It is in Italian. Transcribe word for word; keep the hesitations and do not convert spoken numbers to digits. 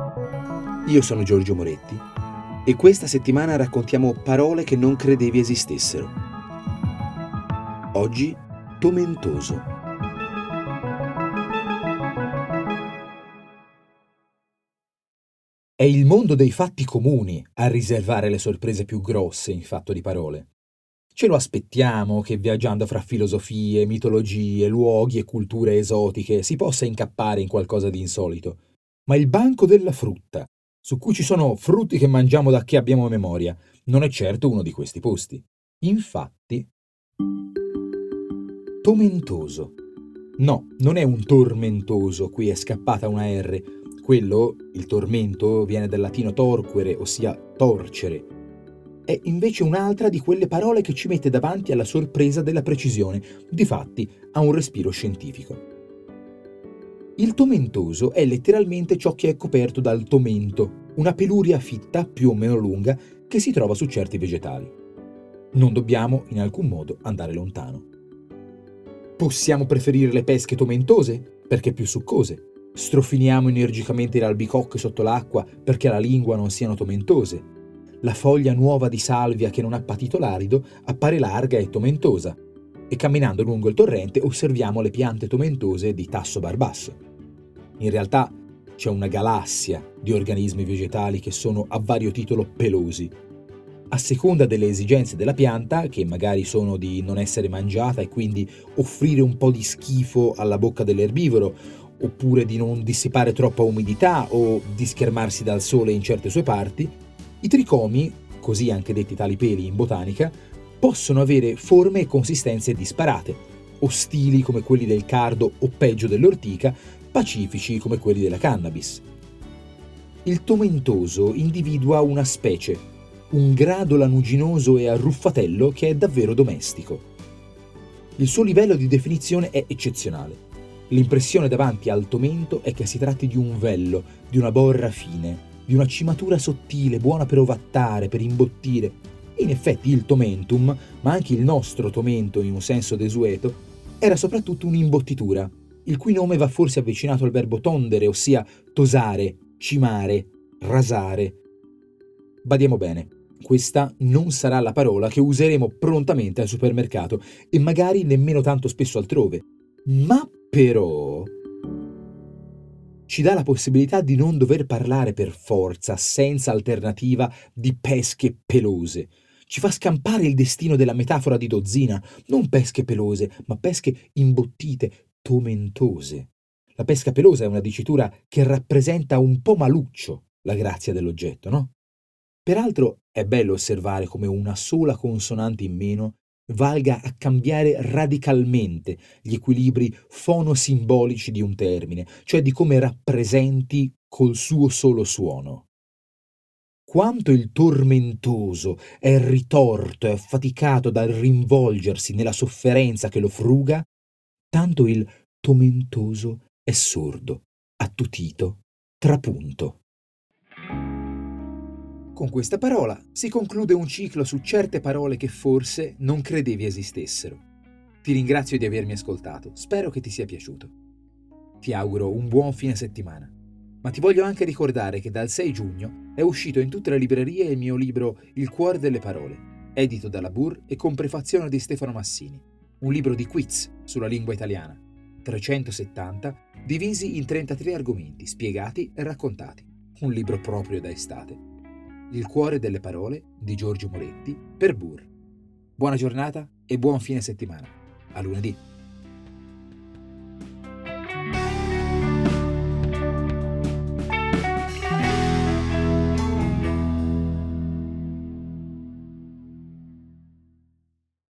Io sono Giorgio Moretti e questa settimana raccontiamo parole che non credevi esistessero. Oggi, tomentoso. È il mondo dei fatti comuni a riservare le sorprese più grosse in fatto di parole. Ce lo aspettiamo che viaggiando fra filosofie, mitologie, luoghi e culture esotiche si possa incappare in qualcosa di insolito. Ma il banco della frutta, su cui ci sono frutti che mangiamo da che abbiamo memoria, non è certo uno di questi posti. Infatti, tomentoso. No, non è un tormentoso, qui è scappata una R. Quello, il tormento, viene dal latino torquere, ossia torcere. È invece un'altra di quelle parole che ci mette davanti alla sorpresa della precisione, difatti ha un respiro scientifico. Il tomentoso è letteralmente ciò che è coperto dal tomento, una peluria fitta più o meno lunga che si trova su certi vegetali. Non dobbiamo in alcun modo andare lontano. Possiamo preferire le pesche tomentose perché più succose. Strofiniamo energicamente le albicocche sotto l'acqua perché alla lingua non siano tomentose. La foglia nuova di salvia che non ha patito l'arido appare larga e tomentosa, e camminando lungo il torrente osserviamo le piante tomentose di tasso barbasso. In realtà c'è una galassia di organismi vegetali che sono a vario titolo pelosi. A seconda delle esigenze della pianta, che magari sono di non essere mangiata e quindi offrire un po' di schifo alla bocca dell'erbivoro, oppure di non dissipare troppa umidità o di schermarsi dal sole in certe sue parti, i tricomi, così anche detti tali peli in botanica, possono avere forme e consistenze disparate, ostili come quelli del cardo o peggio dell'ortica, pacifici come quelli della cannabis. Il tomentoso individua una specie, un grado lanuginoso e arruffatello che è davvero domestico. Il suo livello di definizione è eccezionale. L'impressione davanti al tomento è che si tratti di un vello, di una borra fine, di una cimatura sottile, buona per ovattare, per imbottire. E in effetti il tomentum, ma anche il nostro tomento in un senso desueto, era soprattutto un'imbottitura, il cui nome va forse avvicinato al verbo tondere, ossia tosare, cimare, rasare. Badiamo bene, questa non sarà la parola che useremo prontamente al supermercato e magari nemmeno tanto spesso altrove, ma però ci dà la possibilità di non dover parlare per forza, senza alternativa, di pesche pelose. Ci fa scampare il destino della metafora di dozzina, non pesche pelose, ma pesche imbottite, tomentose. La pesca pelosa è una dicitura che rappresenta un po' maluccio la grazia dell'oggetto, no? Peraltro è bello osservare come una sola consonante in meno valga a cambiare radicalmente gli equilibri fonosimbolici di un termine, cioè di come rappresenti col suo solo suono. Quanto il tormentoso è ritorto e affaticato dal rinvolgersi nella sofferenza che lo fruga, tanto il tomentoso è sordo, attutito, trapunto. Con questa parola si conclude un ciclo su certe parole che forse non credevi esistessero. Ti ringrazio di avermi ascoltato, spero che ti sia piaciuto. Ti auguro un buon fine settimana, ma ti voglio anche ricordare che dal sei giugno è uscito in tutte le librerie il mio libro Il cuore delle parole, edito dalla Burr e con prefazione di Stefano Massini, un libro di quiz sulla lingua italiana, trecentosettanta, divisi in trentatré argomenti spiegati e raccontati, un libro proprio da estate. Il cuore delle parole di Giorgio Moretti per Burr. Buona giornata e buon fine settimana. A lunedì.